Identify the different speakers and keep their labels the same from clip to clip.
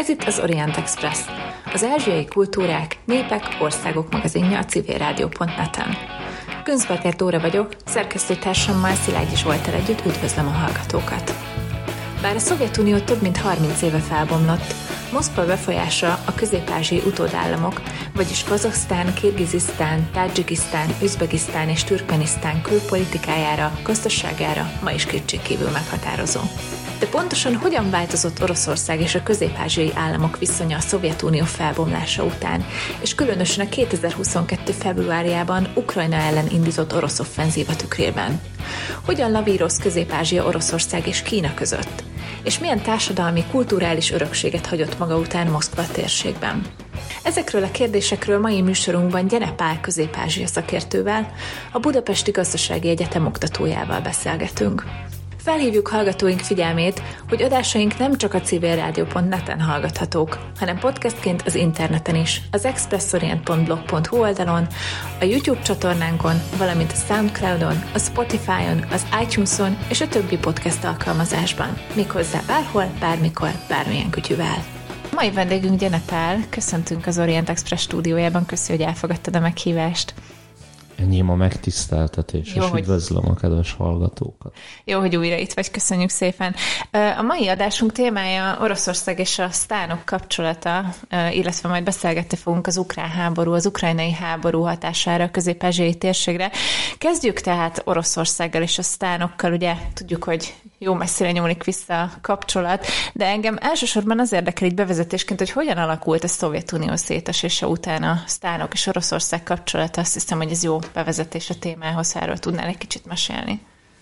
Speaker 1: Ez itt az Orient Express, az ázsiai kultúrák, népek, országok magazinja a civilrádió.net-en. Günzberger Dóra vagyok, szerkesztőtársammal Szilágyi Zsolttal együtt üdvözlöm a hallgatókat. Bár a Szovjetunió több mint 30 éve felbomlott, Moszkva befolyása a közép-ázsiai utódállamok, vagyis Kazahsztán, Kirgizisztán, Tadzsikisztán, Üzbegisztán és Türkmenisztán külpolitikájára, gazdaságára ma is kétségkívül meghatározó. De pontosan hogyan változott Oroszország és a közép-ázsiai államok viszonya a Szovjetunió felbomlása után, és különösen a 2022. februárjában Ukrajna ellen indított orosz offenzíva tükrében? Hogyan lavíroz Közép-Ázsia, Oroszország és Kína között? És milyen társadalmi, kulturális örökséget hagyott maga után Moszkva térségben? Ezekről a kérdésekről mai műsorunkban Gyene Pál Közép-Ázsia szakértővel, a Budapesti Gazdasági Egyetem oktatójával beszélgetünk. Felhívjuk hallgatóink figyelmét, hogy adásaink nem csak a civilrádió.net-en hallgathatók, hanem podcastként az interneten is, az expressorient.blog.hu oldalon, a YouTube csatornánkon, valamint a Soundcloudon, a Spotify-on, az iTunes-on és a többi podcast alkalmazásban. Méghozzá bárhol, bármikor, bármilyen kütyüvel. Mai vendégünk Gyene Pál, köszöntünk az Orient Express stúdiójában, köszi, hogy elfogadtad a meghívást.
Speaker 2: Enyém a megtiszteltetés, és üdvözlöm a kedves hallgatókat.
Speaker 1: Jó, hogy újra itt vagy, köszönjük szépen. A mai adásunk témája Oroszország és a sztánok kapcsolata, illetve majd beszélgetni fogunk az ukrán háború, az ukrajnai háború hatására a közép-ázsiai térségre. Kezdjük tehát Oroszországgal és a sztánokkal, ugye tudjuk, hogy jó messzire nyúlik vissza a kapcsolat, de engem elsősorban az érdekel így bevezetésként, hogy hogyan alakult a Szovjetunió szétesése után a sztánok és Oroszország kapcsolata. Azt hiszem, hogy ez jó bevezetés a témához, erről tudnál egy kicsit mesélni.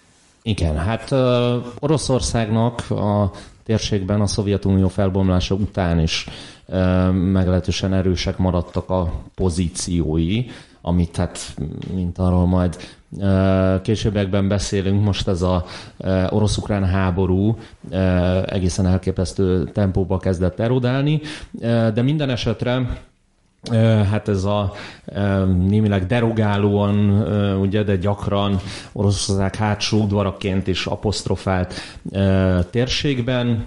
Speaker 2: Igen, hát Oroszországnak a térségben a Szovjetunió felbomlása után is meglehetősen erősek maradtak a pozíciói, amit hát, mint arról majd későbbiekben beszélünk, most ez az orosz-ukrán háború egészen elképesztő tempóba kezdett erodálni, de minden esetre hát ez a némileg derogálóan, ugye, de gyakran Oroszország hátsó udvaraként is apostrofált térségben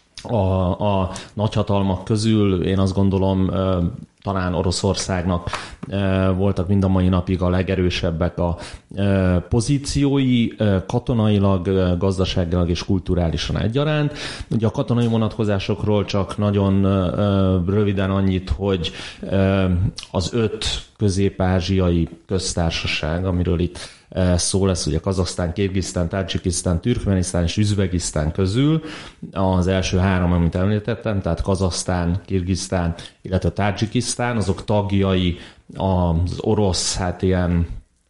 Speaker 2: a nagyhatalmak közül én azt gondolom talán Oroszországnak voltak mind a mai napig a legerősebbek a pozíciói, katonailag, gazdaságilag és kulturálisan egyaránt. Ugye a katonai vonatkozásokról csak nagyon röviden annyit, hogy az 5 közép-ázsiai köztársaság, amiről itt szó lesz, ugye Kazahsztán, Kirgisztán, Tadzsikisztán, Türkmenisztán és Üzbegisztán közül. Az első 3, amit említettem, tehát Kazahsztán, Kirgisztán, illetve Tadzsikisztán, azok tagjai az orosz, hát ilyen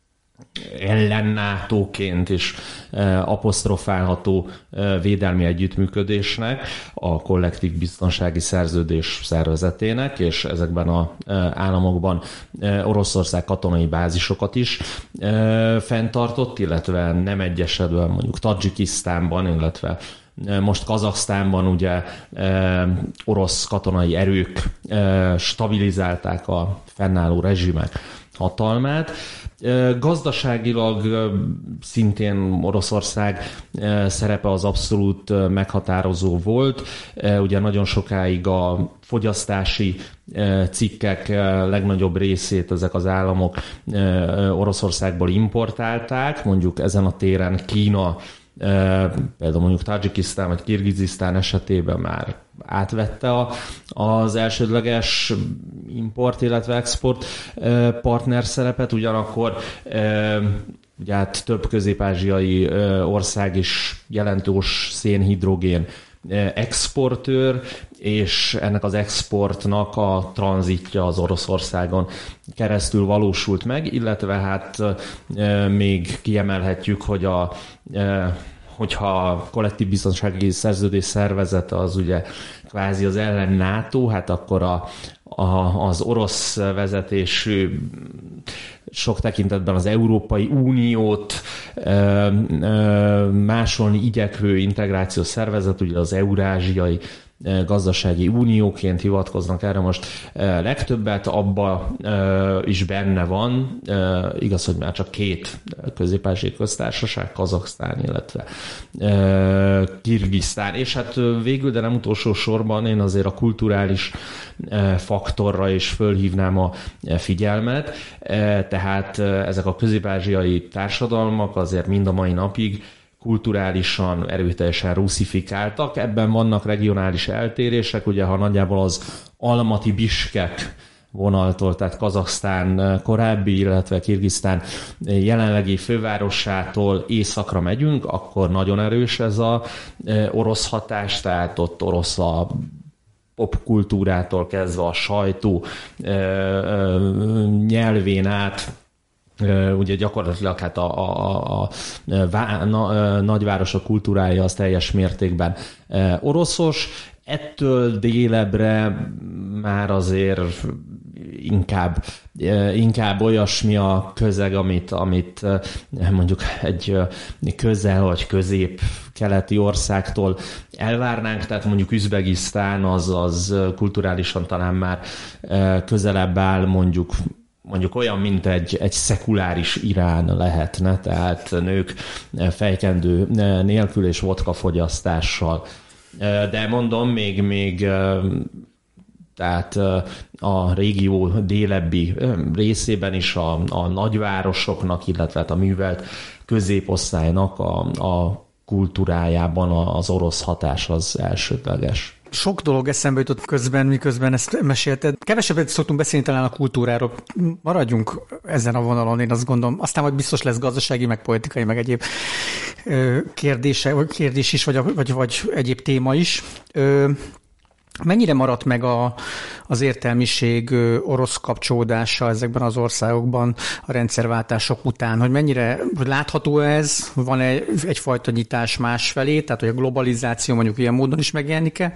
Speaker 2: ellen-nátóként is apostrofálható védelmi együttműködésnek, a kollektív biztonsági szerződés szervezetének, és ezekben az államokban Oroszország katonai bázisokat is fenntartott, illetve nem egyesedve mondjuk Tadzsikisztánban, illetve most Kazahsztánban ugye orosz katonai erők stabilizálták a fennálló rezsimek hatalmát. Gazdaságilag szintén Oroszország szerepe az abszolút meghatározó volt. Ugye nagyon sokáig a fogyasztási cikkek legnagyobb részét ezek az államok Oroszországból importálták. Mondjuk ezen a téren Kína, például mondjuk Tadzsikisztán vagy Kirgizisztán esetében már átvette az elsődleges import, illetve export partner szerepet, ugyanakkor ugye hát több közép-ázsiai ország is jelentős szénhidrogén exportőr, és ennek az exportnak a tranzitja az Oroszországon keresztül valósult meg, illetve hát még kiemelhetjük, hogy hogyha a kollektív biztonsági szerződés szervezete az ugye kvázi az ellen NATO, hát akkor az orosz vezetésű, sok tekintetben az Európai Uniót másolni igyekvő integrációs szervezet, ugye az Eurázsiai gazdasági unióként hivatkoznak erre most legtöbbet, abban is benne van, igaz, hogy már csak 2 közép-ázsiai köztársaság, Kazaksztán, illetve Kirgisztán, és hát végül, de nem utolsó sorban én azért a kulturális faktorra is fölhívnám a figyelmet, tehát ezek a közép-ázsiai társadalmak azért mind a mai napig kulturálisan erőteljesen russzifikáltak. Ebben vannak regionális eltérések, ugye ha nagyjából az Almaty-Biskek vonaltól, tehát Kazaksztán korábbi, illetve Kirgisztán jelenlegi fővárosától északra megyünk, akkor nagyon erős ez az orosz hatás, tehát ott orosz a popkultúrától kezdve a sajtó nyelvén át, ugye gyakorlatilag hát a nagyvárosok kultúrája az teljes mértékben oroszos. Ettől délebbre már azért inkább olyasmi a közeg, amit mondjuk egy közel vagy közép-keleti országtól elvárnánk, tehát mondjuk Üzbegisztán az kulturálisan talán már közelebb áll mondjuk olyan, mint egy szekuláris Irán lehetne, tehát nők fejkendő nélkül és vodka fogyasztással. De mondom, még tehát a régió délebbi részében is a nagyvárosoknak, illetve a művelt középosztálynak a kultúrájában az orosz hatás az elsődleges.
Speaker 3: Sok dolog eszembe jutott közben, miközben ezt mesélted. Kevesebbet szoktunk beszélni talán a kultúráról. Maradjunk ezen a vonalon, én azt gondolom. Aztán majd biztos lesz gazdasági, meg politikai, meg egyéb kérdés is, vagy egyéb téma is. Mennyire maradt meg az értelmiség orosz kapcsolódása ezekben az országokban a rendszerváltások után? Hogy látható ez? Van-e egyfajta nyitás másfelé? Tehát, hogy a globalizáció mondjuk ilyen módon is megjelenik-e?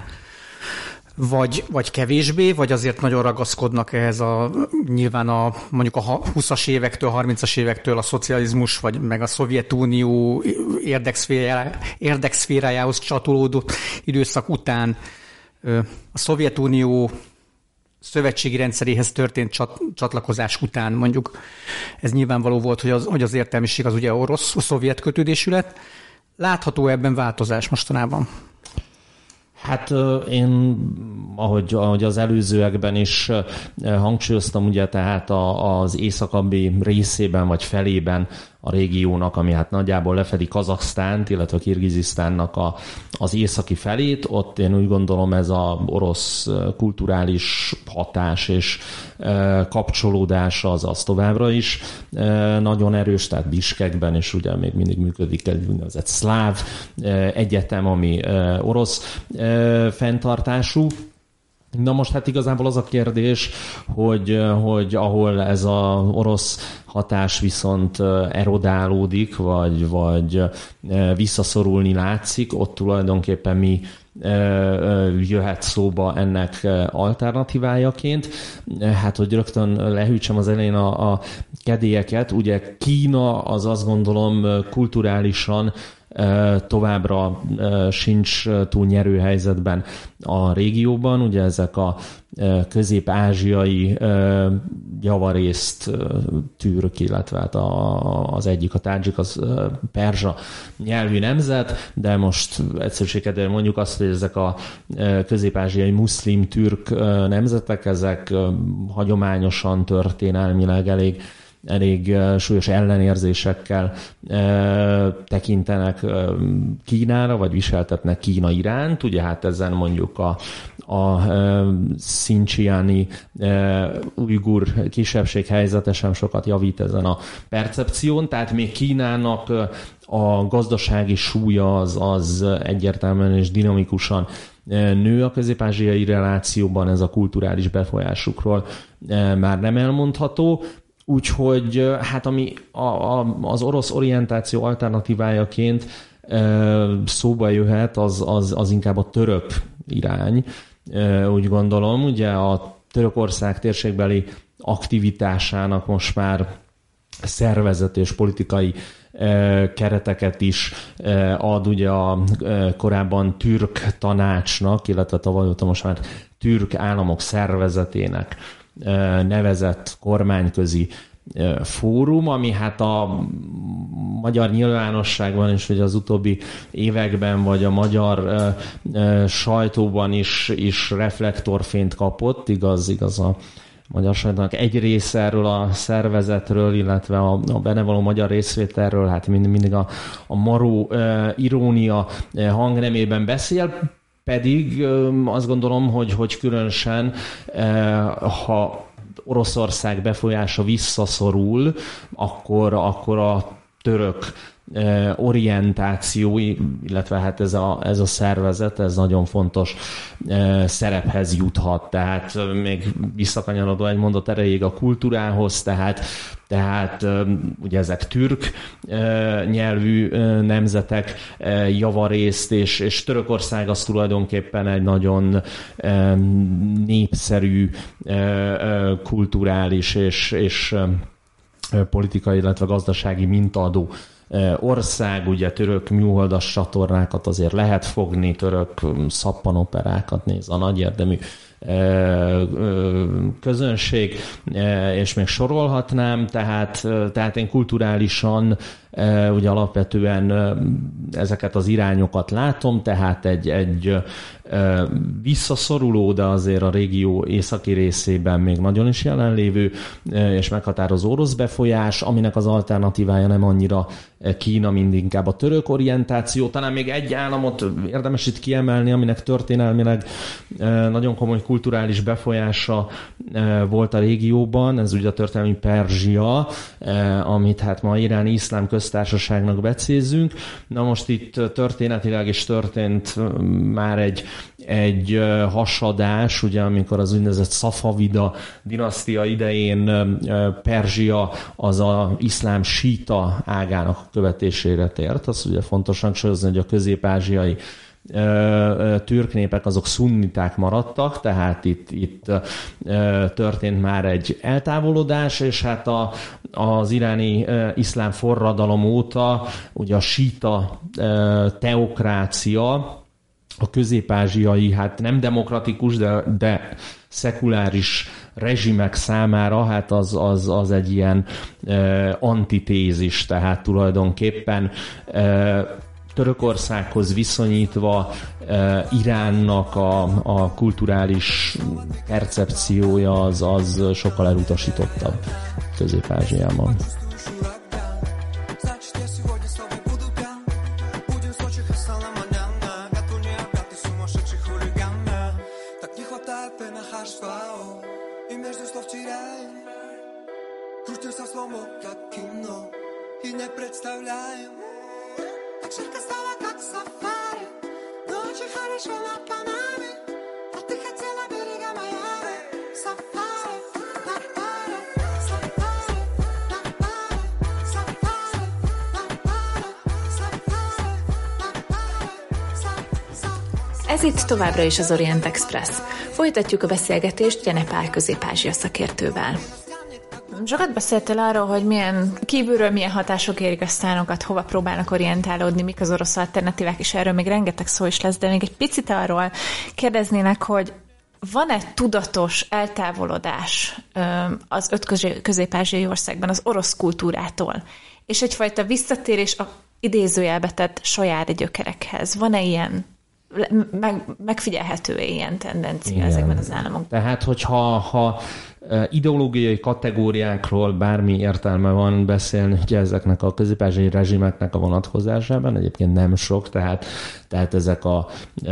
Speaker 3: Vagy kevésbé? Vagy azért nagyon ragaszkodnak ehhez nyilván mondjuk a 20-as évektől, 30-as évektől a szocializmus, vagy meg a Szovjetunió érdekszférájához csatolódott időszak után a Szovjetunió szövetségi rendszeréhez történt csatlakozás után mondjuk ez nyilvánvaló volt, hogy az értelmiség az ugye orosz, a szovjet kötődésű lett. Látható ebben változás mostanában?
Speaker 2: Hát én, ahogy az előzőekben is hangsúlyoztam, ugye tehát az északabbi részében vagy felében a régiónak, ami hát nagyjából lefedi Kazaksztánt, illetve Kirgizisztánnak az északi felét, ott én úgy gondolom ez az orosz kulturális hatás és kapcsolódás az továbbra is nagyon erős, tehát Biskekben is ugye még mindig működik egy úgynevezett szláv egyetem, ami orosz fenntartású. Na most hát igazából az a kérdés, hogy ahol ez az orosz hatás viszont erodálódik, vagy visszaszorulni látszik, ott tulajdonképpen mi jöhet szóba ennek alternatívájaként. Hát, hogy rögtön lehűtsem az elején a kedélyeket, ugye Kína az azt gondolom kulturálisan továbbra sincs túl nyerő helyzetben a régióban. Ugye ezek a közép-ázsiai javarészt türk, illetve hát az egyik a tádzsik, az perzsa nyelvű nemzet, de most egyszerűségedben mondjuk azt, hogy ezek a közép-ázsiai muszlim-türk nemzetek, ezek hagyományosan történelmileg elég súlyos ellenérzésekkel tekintenek Kínára, vagy viseltetnek Kína iránt. Ugye hát ezen mondjuk a Xinjiangi ujgur kisebbség helyzete sem sokat javít ezen a percepción, tehát még Kínának a gazdasági súlya az egyértelműen és dinamikusan nő a közép-ázsiai relációban, ez a kulturális befolyásukról már nem elmondható. Úgyhogy hát ami az orosz orientáció alternatívájaként szóba jöhet, az inkább a török irány, úgy gondolom. Ugye a Törökország térségbeli aktivitásának most már szervezet és politikai kereteket is ad ugye a korábban türk tanácsnak, illetve tavaly óta most már türk államok szervezetének nevezett kormányközi fórum, ami hát a magyar nyilvánosságban is, vagy az utóbbi években, vagy a magyar sajtóban is reflektorfényt kapott, igaz a magyar sajtónak egy része erről a szervezetről, illetve a benevaló magyar részvételről, hát mindig a maró irónia hangnemében beszél, pedig azt gondolom, hogy különösen, ha Oroszország befolyása visszaszorul, akkor a török orientáció, illetve hát ez a szervezet, ez nagyon fontos szerephez juthat. Tehát még visszakanyarodó egy mondat erejéig a kultúrához, tehát ugye ezek türk nyelvű nemzetek javarészt, és Törökország az tulajdonképpen egy nagyon népszerű, kulturális és politikai, illetve gazdasági mintaadó ország, ugye török műholdas csatornákat azért lehet fogni, török szappanoperákat néz a nagy érdemű közönség, és még sorolhatnám, tehát én kulturálisan ugye alapvetően ezeket az irányokat látom, tehát egy visszaszoruló, de azért a régió északi részében még nagyon is jelenlévő és meghatározó orosz befolyás, aminek az alternatívája nem annyira Kína, mind inkább a török orientáció. Talán még egy államot érdemes itt kiemelni, aminek történelmileg nagyon komoly kulturális befolyása volt a régióban, ez ugye a történelmi Perzsia, amit hát ma iráni iszlám köztársaságnak becézzünk. Na most itt történetileg is történt már egy hasadás, ugye amikor az úgynevezett Szafavida dinasztia idején Perzsia az az iszlám síta ágának követésére tért. Az ugye fontos hangsúlyozni, hogy a közép-ázsiai türk népek azok szunniták maradtak, tehát itt történt már egy eltávolodás, és hát az iráni iszlám forradalom óta ugye a síta teokrácia, a közép-ázsiai, hát nem demokratikus, de szekuláris rezsimek számára, hát az egy ilyen antitézis, tehát tulajdonképpen Törökországhoz viszonyítva Iránnak a kulturális percepciója az sokkal elutasítottabb Közép-Ázsiában.
Speaker 1: Ez itt továbbra is az Orient Express. Folytatjuk a beszélgetést Jene Pál Közép-Ázsia szakértővel. Sokat beszéltél arról, hogy kívülről milyen hatások érik a sztánokat, hova próbálnak orientálódni, mik az orosz alternatívák, és erről még rengeteg szó is lesz, de még egy picit arról kérdeznének, hogy van-e tudatos eltávolodás az 5 közép-ázsiai országban az orosz kultúrától, és egyfajta visszatérés a idézőjelbe tett saját gyökerekhez? Van-e ilyen, megfigyelhető ilyen tendencia? Igen. Ezekben az államokban?
Speaker 2: Tehát, hogyha ideológiai kategóriákról bármi értelme van beszélni, ugye ezeknek a közép-ázsiai rezsimeknek a vonatkozásában, egyébként nem sok, tehát ezek a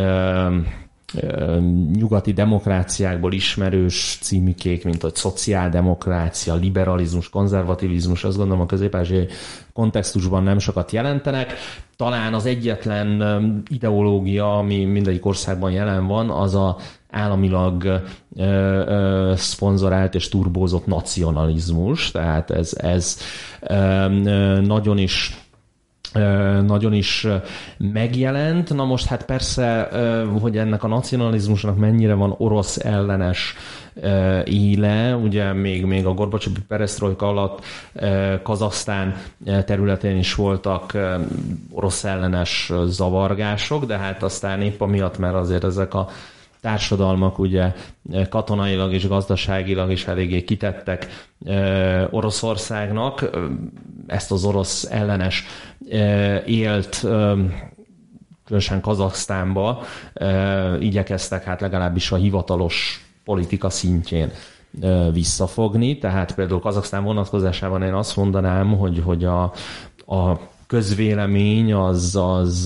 Speaker 2: nyugati demokráciákból ismerős címkék, mint a szociáldemokrácia, liberalizmus, konzervativizmus, azt gondolom a közép-ázsiai kontextusban nem sokat jelentenek. Talán az egyetlen ideológia, ami mindegyik országban jelen van, az a államilag szponzorált és turbózott nacionalizmus, tehát ez nagyon is nagyon is megjelent. Na most hát persze, hogy ennek a nacionalizmusnak mennyire van orosz ellenes éle, ugye még a Gorbacsevi peresztrojka alatt Kazahsztán területén is voltak orosz ellenes zavargások, de hát aztán épp amiatt, mert azért ezek a társadalmak ugye katonailag és gazdaságilag is eléggé kitettek Oroszországnak. Ezt az orosz ellenes élt különösen Kazahsztánba igyekeztek hát legalábbis a hivatalos politika szintjén visszafogni. Tehát például Kazahsztán vonatkozásában én azt mondanám, hogy a közvélemény az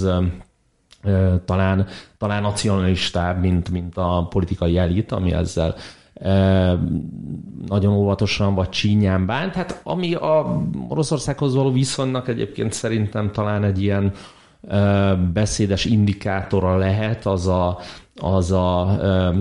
Speaker 2: talán nacionalistább, mint a politikai elit, ami ezzel nagyon óvatosan vagy csínyán bánt. Hát ami a Oroszországhoz való viszonynak egyébként szerintem talán egy ilyen beszédes indikátora lehet, az a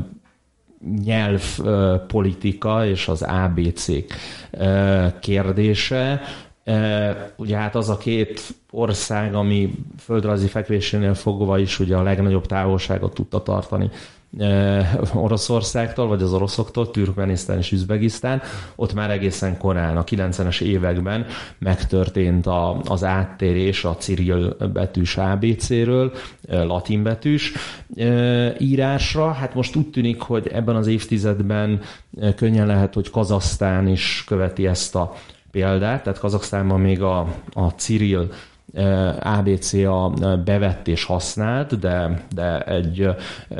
Speaker 2: nyelvpolitika és az ABC-k kérdése. Ugye hát az a két ország, ami földrajzi fekvésénél fogva is ugye a legnagyobb távolságot tudta tartani Oroszországtól, vagy az oroszoktól, Türkmenisztán és Üzbegisztán, ott már egészen korán, a 90-es években megtörtént az áttérés a cirill betűs ABC-ről latin betűs írásra. Hát most úgy tűnik, hogy ebben az évtizedben könnyen lehet, hogy Kazahsztán is követi ezt a példát, tehát Kazaksztánban még a cirill ABC a bevett és használt, de egy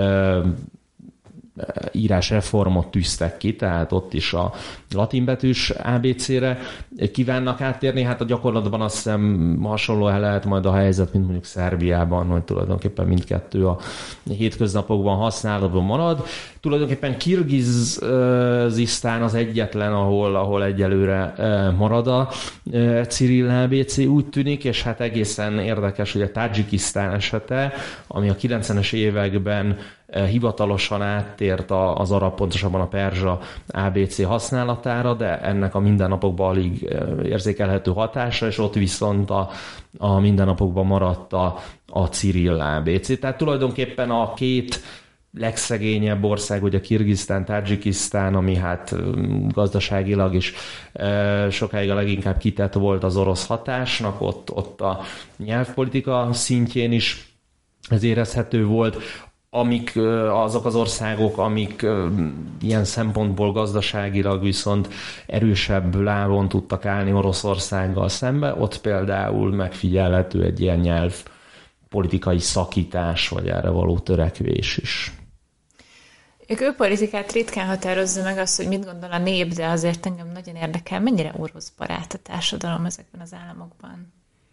Speaker 2: írásreformot tűztek ki, tehát ott is a latinbetűs ABC-re kívánnak áttérni. Hát a gyakorlatban azt hiszem hasonló lehet majd a helyzet, mint mondjuk Szerbiában, hogy tulajdonképpen mindkettő a hétköznapokban használatban marad. Tulajdonképpen Kirgizisztán az egyetlen, ahol egyelőre marad a cirill ABC, úgy tűnik, és hát egészen érdekes, hogy a Tadzsikisztán esete, ami a 90-es években hivatalosan áttért az arab, pontosabban a perzsa ABC használatára, de ennek a mindennapokban alig érzékelhető hatása, és ott viszont a mindennapokban maradt a cirill ABC. Tehát tulajdonképpen a két legszegényebb ország, ugye Kirgisztán, Tadzsikisztán, ami hát gazdaságilag is sokáig a leginkább kitett volt az orosz hatásnak, ott a nyelvpolitika szintjén is ez érezhető volt. Amik azok az országok, amik ilyen szempontból gazdaságilag viszont erősebb lábon tudtak állni Oroszországgal szembe, ott például megfigyelhető egy ilyen nyelvpolitikai szakítás, vagy erre való törekvés is.
Speaker 1: A külpolitikát ritkán határozza meg azt, hogy mit gondol a nép, de azért engem nagyon érdekel, mennyire orosz barát a társadalom ezekben az államokban?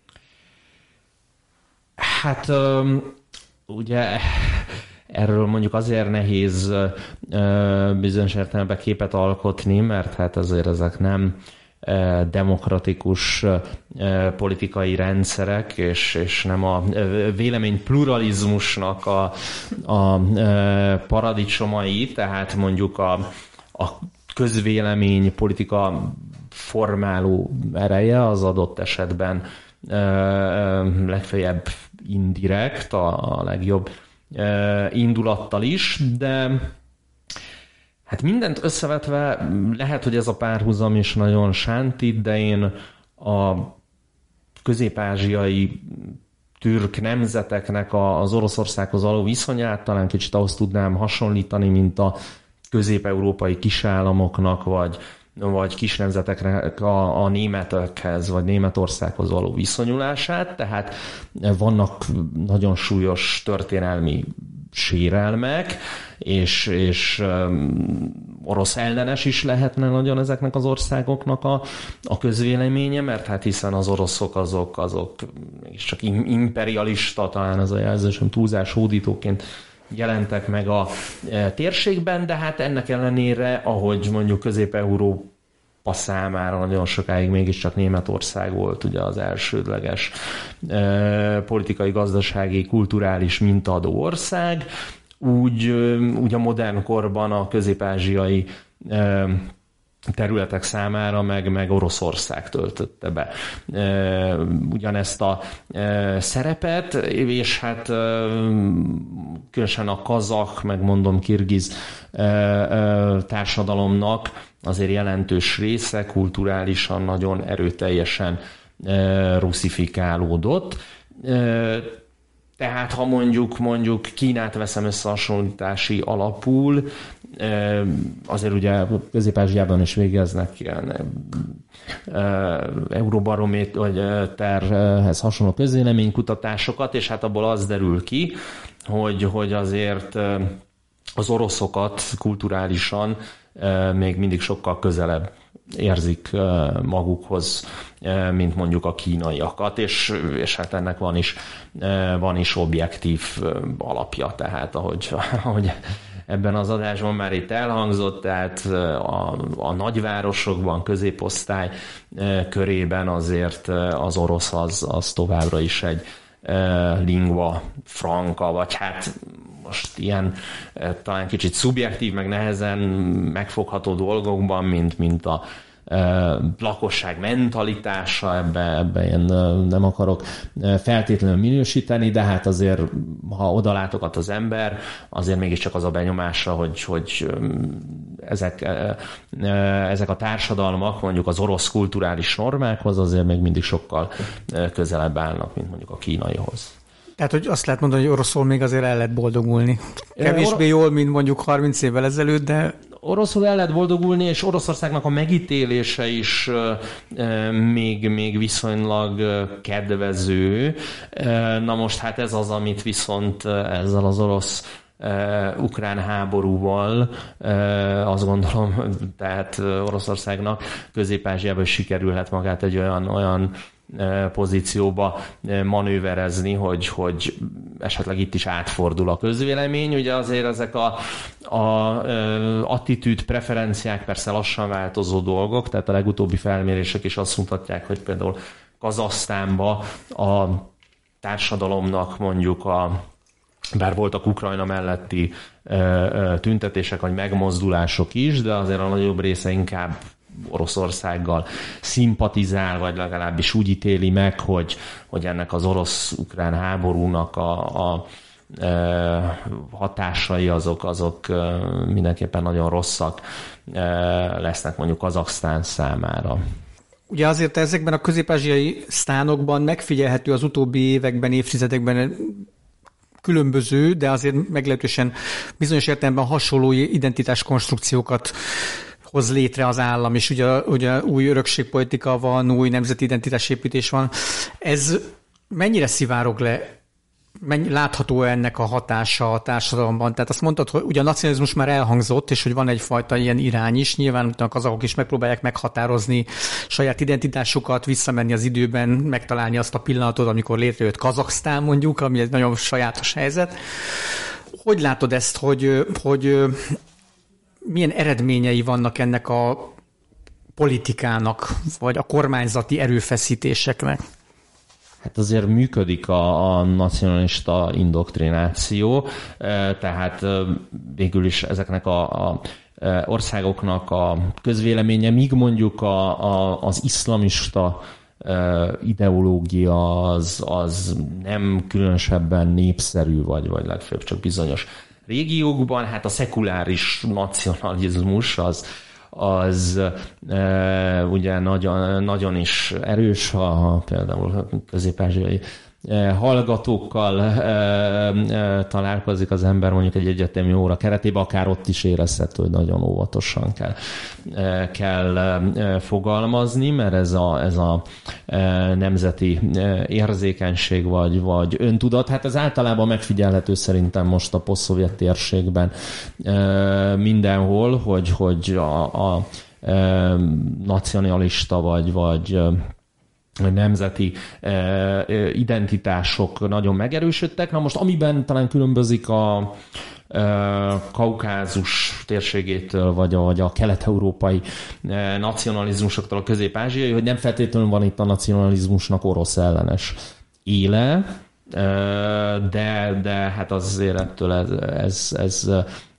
Speaker 2: Hát ugye erről mondjuk azért nehéz bizonyos értelemben képet alkotni, mert hát azért ezek nem demokratikus politikai rendszerek, és nem a vélemény pluralizmusnak a paradicsomai, tehát mondjuk a közvélemény politika formáló ereje az adott esetben legfeljebb indirekt, a legjobb indulattal is, de hát mindent összevetve lehet, hogy ez a párhuzam is nagyon sántít, de én a közép-ázsiai türk nemzeteknek az Oroszországhoz való viszonyát talán kicsit ahhoz tudnám hasonlítani, mint a közép-európai kisállamoknak, vagy kis nemzeteknek a németekhez, vagy Németországhoz való viszonyulását. Tehát vannak nagyon súlyos történelmi sérelmek, és orosz ellenes is lehetne nagyon ezeknek az országoknak a közvéleménye, mert hát hiszen az oroszok azok csak imperialista, talán ez a jelzősöm túlzás, hódítóként jelentek meg a térségben, de hát ennek ellenére, ahogy mondjuk Közép-Európa számára nagyon sokáig mégiscsak Németország volt ugye az elsődleges politikai, gazdasági, kulturális mintaadó ország, úgy a modern korban a közép-ázsiai területek számára meg Oroszország töltötte be ugyanezt a szerepet, és hát különösen a kazakh, meg mondom kirgiz társadalomnak azért jelentős része kulturálisan nagyon erőteljesen russzifikálódott. Tehát ha mondjuk Kínát veszem összehasonlítási alapul, azért ugye Közép-Ázsiában is végeznek ilyen Euróbarométerhez hasonló közvéleménykutatásokat, és hát abból az derül ki, hogy azért az oroszokat kulturálisan még mindig sokkal közelebb érzik magukhoz, mint mondjuk a kínaiakat, és hát ennek van is objektív alapja, tehát ahogy ebben az adásban már itt elhangzott, tehát a nagyvárosokban, középosztály körében azért az orosz az továbbra is egy lingua franca, vagy hát most ilyen talán kicsit szubjektív, meg nehezen megfogható dolgokban, mint a lakosság mentalitása, ebbe én nem akarok feltétlenül minősíteni, de hát azért, ha odalátogat az ember, azért mégiscsak az a benyomása, hogy ezek a társadalmak mondjuk az orosz kulturális normákhoz azért még mindig sokkal közelebb állnak, mint mondjuk a kínaihoz.
Speaker 3: Tehát, hogy azt lehet mondani, hogy oroszul még azért el lehet boldogulni. Kevésbé jól, mint mondjuk 30 évvel ezelőtt, de...
Speaker 2: Oroszul el lehet boldogulni, és Oroszországnak a megítélése is még viszonylag kedvező. Na most hát ez az, amit viszont ezzel az orosz-ukrán háborúval azt gondolom, tehát Oroszországnak Közép-Ázsiában is sikerülhet magát egy olyan pozícióba manőverezni, hogy esetleg itt is átfordul a közvélemény. Ugye azért ezek a attitűd, preferenciák persze lassan változó dolgok, tehát a legutóbbi felmérések is azt mutatják, hogy például Kazahsztánban a társadalomnak mondjuk bár voltak Ukrajna melletti tüntetések vagy megmozdulások is, de azért a nagyobb része inkább Oroszországgal szimpatizál, vagy legalábbis úgy ítéli meg, hogy ennek az orosz-ukrán háborúnak a hatásai azok mindenképpen nagyon rosszak lesznek mondjuk Kazaksztán számára.
Speaker 3: Ugye azért ezekben a közép-ázsiai sztánokban megfigyelhető az utóbbi években, évtizedekben különböző, de azért meglehetősen bizonyos értelemben hasonló identitáskonstrukciókat hoz létre az állam, és ugye új örökségpolitika van, új nemzeti identitásépítés van. Ez mennyire szivárog le, látható ennek a hatása a társadalomban? Tehát azt mondtad, hogy ugye a nacionalizmus már elhangzott, és hogy van egyfajta ilyen irány is. Nyilván a kazakok is megpróbálják meghatározni saját identitásukat, visszamenni az időben, megtalálni azt a pillanatot, amikor létrejött Kazaksztán mondjuk, ami egy nagyon sajátos helyzet. Hogy látod ezt, hogy milyen eredményei vannak ennek a politikának, vagy a kormányzati erőfeszítéseknek?
Speaker 2: Hát azért működik a nacionalista indoktrináció, tehát végül is ezeknek a országoknak a közvéleménye, míg mondjuk az iszlamista ideológia az nem különösebben népszerű, vagy legfeljebb csak bizonyos régiókban, hát a szekuláris nacionalizmus az ugye nagyon is erős, ha például közép-ázsiai hallgatókkal találkozik az ember mondjuk egy egyetemi óra keretében, akár ott is érezhető, hogy nagyon óvatosan kell fogalmazni, mert ez a nemzeti érzékenység vagy öntudat, hát ez általában megfigyelhető szerintem most a posztszovjet térségben mindenhol, hogy a nacionalista vagy nemzeti identitások nagyon megerősödtek. Na most amiben talán különbözik a Kaukázus térségétől, vagy a kelet-európai nacionalizmusoktól a közép-ázsiai, hogy nem feltétlenül van itt a nacionalizmusnak orosz ellenes éle, de hát azért ettől ez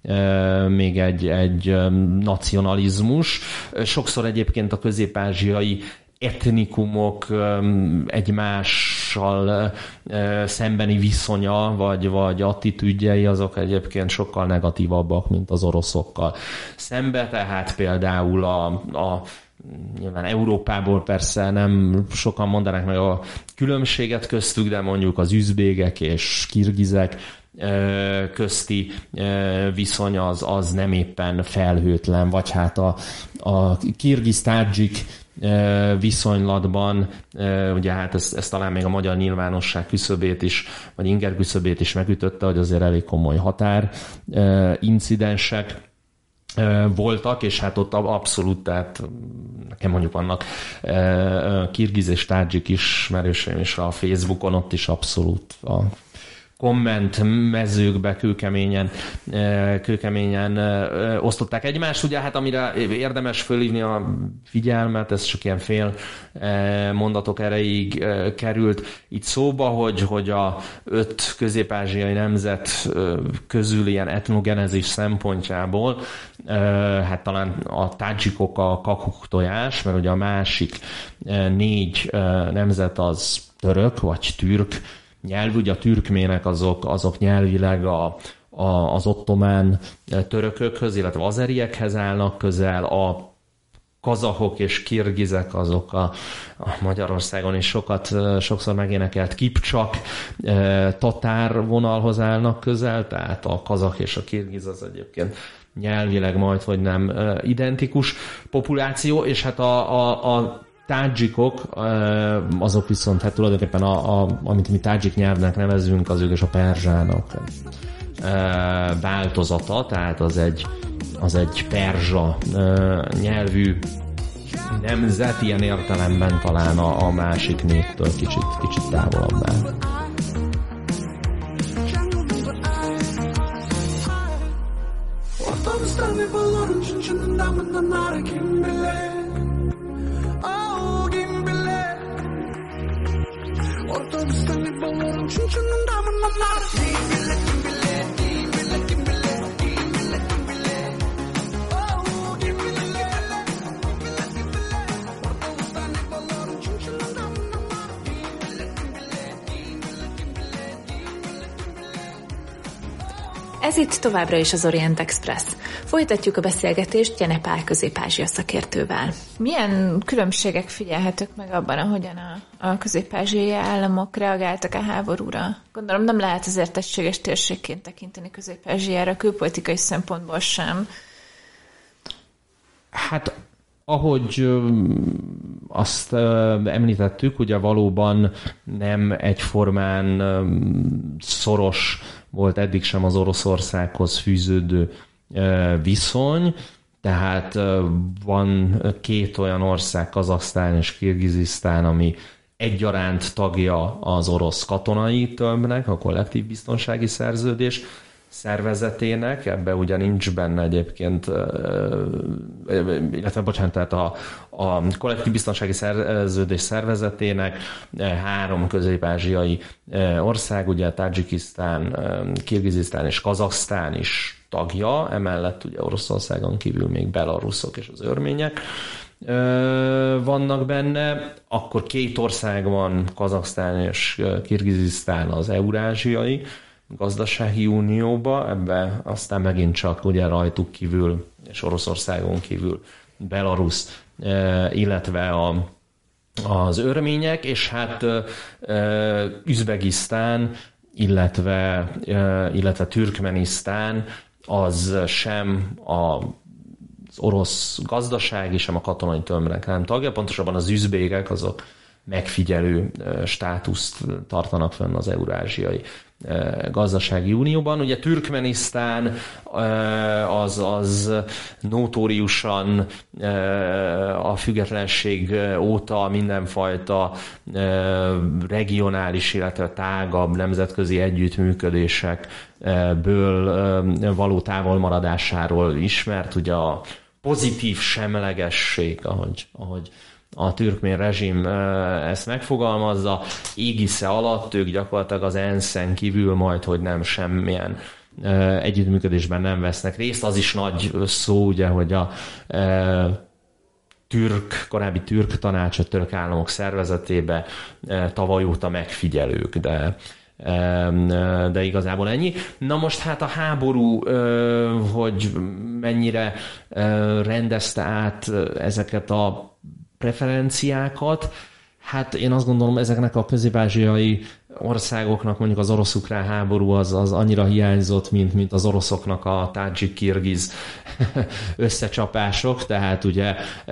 Speaker 2: még egy nacionalizmus. Sokszor egyébként a közép-ázsiai etnikumok egymással szembeni viszonya, vagy attitűdjei azok egyébként sokkal negatívabbak, mint az oroszokkal szembe, tehát például nyilván Európából persze nem sokan mondanák meg a különbséget köztük, de mondjuk az üzbégek és kirgizek közti viszony az nem éppen felhőtlen, vagy hát a kirgiz-tádzsik viszonylatban, ugye hát ez talán még a magyar nyilvánosság küszöbét is, vagy inger küszöbét is megütötte, hogy azért elég komoly határ incidensek voltak, és hát ott abszolút, tehát nekem mondjuk vannak kirgiz és tádzsik ismerőseim is a Facebookon, ott is abszolút a komment mezőkbe kőkeményen osztották egymást. Ugye hát amire érdemes fölhívni a figyelmet, ez csak ilyen fél mondatok erejéig került itt szóba, hogy a 5 közép-ázsiai nemzet közül ilyen etnogenezis szempontjából hát talán a tádzsikok a kakuk tojás, mert ugye a másik 4 nemzet az török vagy türk nyelv, ugye a türkmének azok nyelvileg az ottomán törökökhöz, illetve azeriekhez állnak közel, a kazahok és kirgizek azok a Magyarországon is sokszor megénekelt kipcsak tatár vonalhoz állnak közel, tehát a kazah és a kirgiz az egyébként nyelvileg majdhogy nem identikus populáció, és hát a tádzsikok, azok viszont hát tulajdonképpen amit mi tádzsik nyelvnek nevezünk, az ők és a perzsának változata, tehát az egy perzsa nyelvű nemzet, ilyen értelemben talán a másik néptől kicsit távolabb áll.
Speaker 1: Ez itt továbbra is az Orient Express. Folytatjuk a beszélgetést Jene Pál közép-ázsia szakértővel. Milyen különbségek figyelhetők meg abban, ahogyan a közép-ázsiai államok reagáltak a háborúra? Gondolom nem lehet azért egységes térségként tekinteni Közép-Ázsiára, külpolitikai szempontból sem.
Speaker 2: Hát ahogy azt említettük, ugye valóban nem egyformán szoros volt eddig sem az Oroszországhoz fűződő viszony, tehát van 2 olyan ország, Kazahsztán és Kirgizisztán, ami egyaránt tagja az orosz katonai tömbnek, a kollektív biztonsági szerződés szervezetének, ebbe ugye nincs benne egyébként, illetve bocsánat, tehát a kollektív biztonsági szerződés szervezetének 3 közép-ázsiai ország, ugye Tadzsikisztán, Kirgizisztán és Kazahsztán is tagja, emellett ugye Oroszországon kívül még belaruszok és az örmények vannak benne, akkor 2 ország van, Kazahsztán és Kirgizisztán az eurázsiai gazdasági unióba, ebbe aztán megint csak ugye rajtuk kívül és Oroszországon kívül Belarusz, illetve az örmények, és hát Üzbegisztán, illetve Türkmenisztán az sem az orosz gazdasági, sem a katonai tömbrek nem tagja, pontosabban az üzbégek azok megfigyelő státuszt tartanak fenn az eurázsiai gazdasági unióban. Ugye Türkmenisztán az notóriusan a függetlenség óta mindenfajta regionális, illetve tágabb nemzetközi együttműködésekből való távolmaradásáról ismert. Ugye a pozitív semlegesség, ahogy a türkmén rezsim ezt megfogalmazza, égisze alatt ők gyakorlatilag az ENSZ-en kívül majdhogy nem semmilyen együttműködésben nem vesznek részt. Az is nagy szó, ugye, hogy a korábbi türk tanács, a török államok szervezetébe tavaly óta megfigyelők, de igazából ennyi. Na most hát a háború, hogy mennyire rendezte át ezeket a preferenciákat, hát én azt gondolom, ezeknek a közép-ázsiai országoknak mondjuk az orosz-ukrán háború az annyira hiányzott, mint az oroszoknak a tádzsik-kirgiz összecsapások, tehát ugye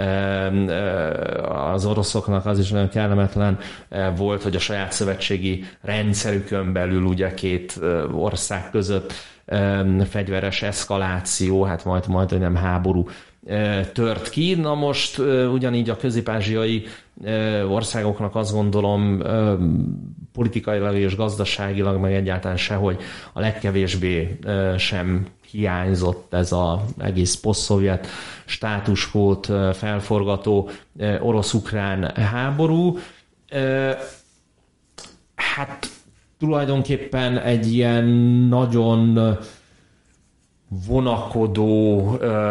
Speaker 2: az oroszoknak az is nagyon kellemetlen volt, hogy a saját szövetségi rendszerükön belül ugye két ország között fegyveres eszkaláció, hát majd nem háború tört ki. Na most ugyanígy a közép-ázsiai országoknak azt gondolom politikailag és gazdaságilag meg egyáltalán sehogy a legkevésbé sem hiányzott ez az egész posztszovjet státuskót felforgató orosz-ukrán háború. Hát tulajdonképpen egy ilyen nagyon vonakodó,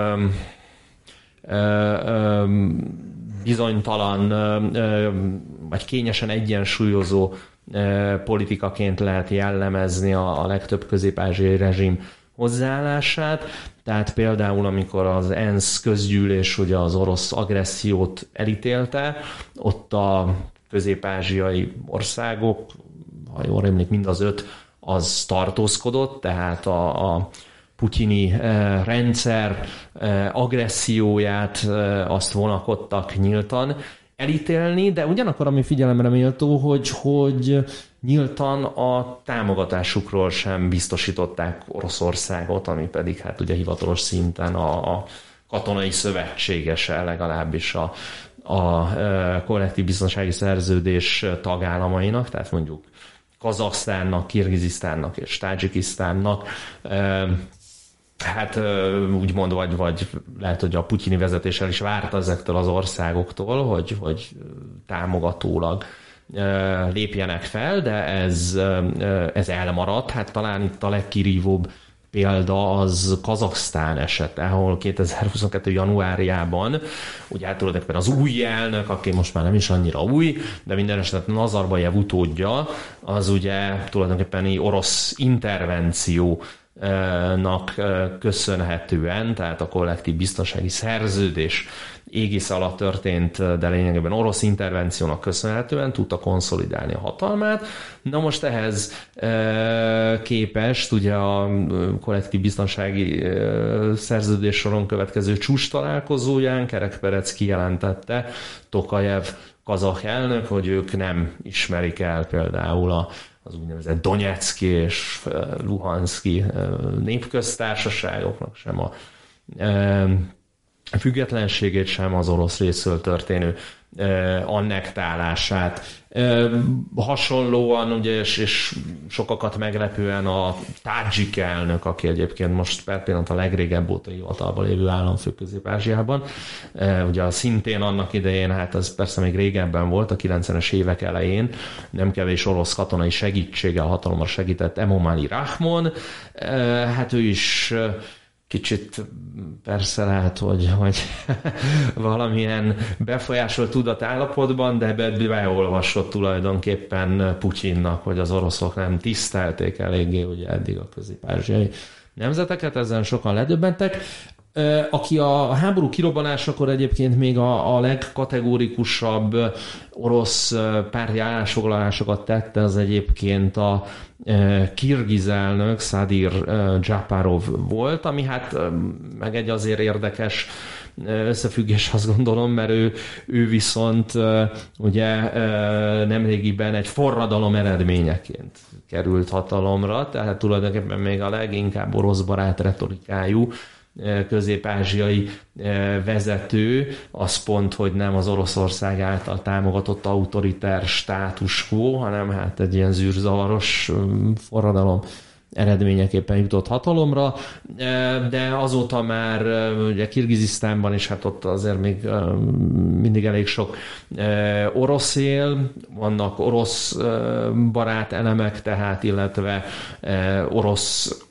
Speaker 2: bizonytalan, vagy kényesen egyensúlyozó politikaként lehet jellemezni a legtöbb közép-ázsiai rezsim hozzáállását. Tehát például, amikor az ENSZ közgyűlés ugye az orosz agressziót elítélte, ott a közép-ázsiai országok, ha jól emlékszem, mind az 5 az tartózkodott, tehát a putyini rendszer agresszióját azt vonakodtak nyíltan elítélni, de ugyanakkor ami figyelemre méltó, hogy nyíltan a támogatásukról sem biztosították Oroszországot, ami pedig hát ugye hivatalos szinten a katonai szövetségese, legalábbis a kollektív biztonsági szerződés tagállamainak, tehát mondjuk Kazahsztánnak, Kirgizisztánnak és Tádzsikisztánnak, hát úgymond, vagy lehet, hogy a putyini vezetéssel is várta ezektől az országoktól, hogy támogatólag lépjenek fel, de ez elmaradt. Hát talán itt a legkirívóbb példa az Kazahsztán esete, ahol 2022. januárjában, ugye hát tulajdonképpen az új elnök, aki most már nem is annyira új, de minden esetben Nazarbajev utódja, az ugye tulajdonképpen orosz intervenciónak köszönhetően, tehát a kollektív biztonsági szerződés égisze alatt történt, de lényegében orosz intervenciónak köszönhetően tudta konszolidálni a hatalmát. Na most ehhez képest ugye a kollektív biztonsági szerződés soron következő csúcs találkozóján Kerekperec kijelentette, Tokajev kazah elnök, hogy ők nem ismerik el például az úgynevezett Donetszki és Luhanszki népköztársaságoknak sem a függetlenségét, sem az orosz részről történő annektálását. Hasonlóan, ugye, és sokakat meglepően a tádzsik elnök, aki egyébként most per pillanat a legrégebb óta hivatalban lévő államfő Közép-Ázsiában, ugye szintén annak idején, hát az persze még régebben volt, a 90-es évek elején, nem kevés orosz katonai segítséggel hatalomra segített Emomali Rahmon, hát ő is kicsit persze lehet, hogy valamilyen befolyásolt tudatállapotban, de beolvasott tulajdonképpen Putyinnak, hogy az oroszok nem tisztelték eléggé ugye eddig a közép-ázsiai nemzeteket, ezen sokan ledöbbentek. Aki a háború kirobbanásakor egyébként még a legkategórikusabb orosz párti állásfoglalásokat tette, az egyébként a kirgiz elnök Sadir Japarov volt, ami hát meg egy azért érdekes összefüggés, azt gondolom, mert ő viszont ugye nemrégiben egy forradalom eredményeként került hatalomra, tehát tulajdonképpen még a leginkább orosz barát retorikájú közép-ázsiai vezető, az pont, hogy nem az Oroszország által támogatott autoriter status quo, hanem hát egy ilyen zűrzavaros forradalom eredményeképpen jutott hatalomra, de azóta már ugye Kirgizisztánban is, hát ott azért még mindig elég sok orosz él, vannak orosz barát elemek, tehát illetve orosz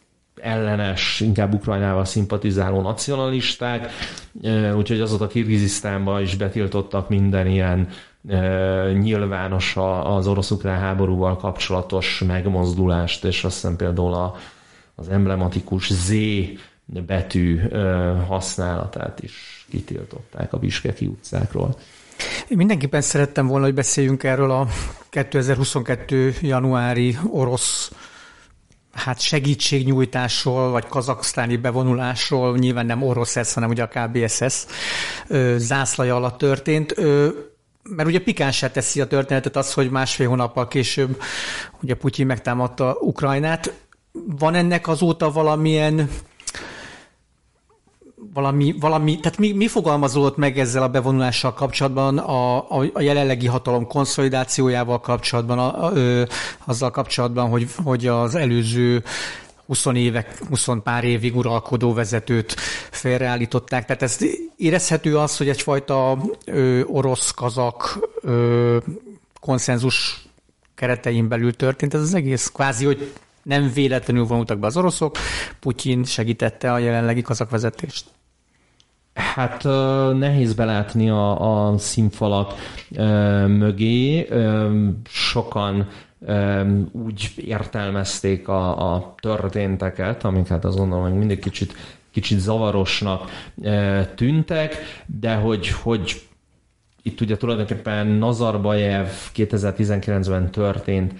Speaker 2: ellenes, inkább Ukrajnával szimpatizáló nacionalisták, úgyhogy azóta Kirgizisztánban is betiltottak minden ilyen nyilvános az orosz-ukrán háborúval kapcsolatos megmozdulást, és azt hiszem például az emblematikus Z betű használatát is kitiltották a biskeki utcákról.
Speaker 3: Én mindenképpen szerettem volna, hogy beszéljünk erről a 2022. januári orosz segítségnyújtásról, vagy kazaksztáni bevonulásról, nyilván nem orosz ez, hanem ugye a KBSS zászlaja alatt történt. Mert ugye pikánsá teszi a történetet az, hogy másfél hónappal később ugye Putyin megtámadta Ukrajnát. Van ennek azóta valamilyen tehát mi fogalmazódott meg ezzel a bevonulással kapcsolatban, a jelenlegi hatalom konszolidációjával kapcsolatban, azzal kapcsolatban, hogy az előző 20 pár évig uralkodó vezetőt félreállították. Tehát ez érezhető az, hogy egyfajta orosz-kazak konszenzus keretein belül történt ez az egész. Kvázi, hogy nem véletlenül vonultak be az oroszok, Putyin segítette a jelenlegi kazak vezetést.
Speaker 2: Hát nehéz belátni a színfalak mögé. Sokan úgy értelmezték a történteket, amik hát azt gondolom, hogy mindig kicsit zavarosnak tűntek, de hogy itt ugye tulajdonképpen Nazarbajev 2019-ben történt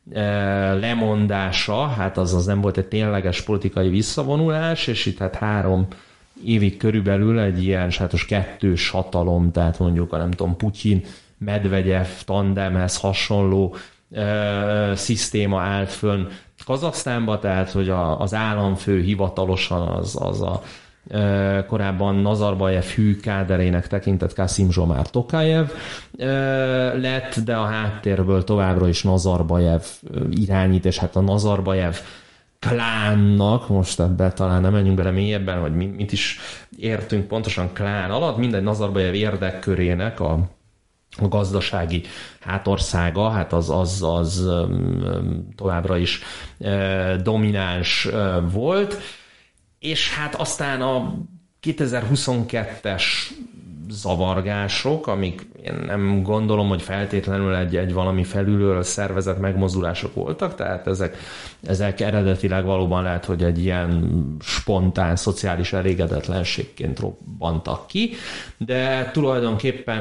Speaker 2: lemondása, hát az nem volt egy tényleges politikai visszavonulás, és itt hát 3 évig körülbelül egy ilyen sajátos kettős hatalom, tehát mondjuk a nem tudom, Putyin-Medvegyev tandemhez hasonló szisztéma állt fönn Kazahsztánba, tehát hogy az államfő hivatalosan az a korábban Nazarbajev hű káderének tekintett Kasszim-Zsomár Tokajev lett, de a háttérből továbbra is Nazarbajev irányít, és hát a Nazarbajev klánnak, most ebben talán nem menjünk bele mélyebben, hogy mit is értünk pontosan klán alatt, mindegy Nazarbajev érdekkörének a gazdasági hátországa, hát az továbbra is domináns volt, és hát aztán a 2022-es zavargások, amik én nem gondolom, hogy feltétlenül egy valami felülről szervezett megmozdulások voltak, tehát ezek eredetileg valóban lehet, hogy egy ilyen spontán szociális elégedetlenségként robbantak ki, de tulajdonképpen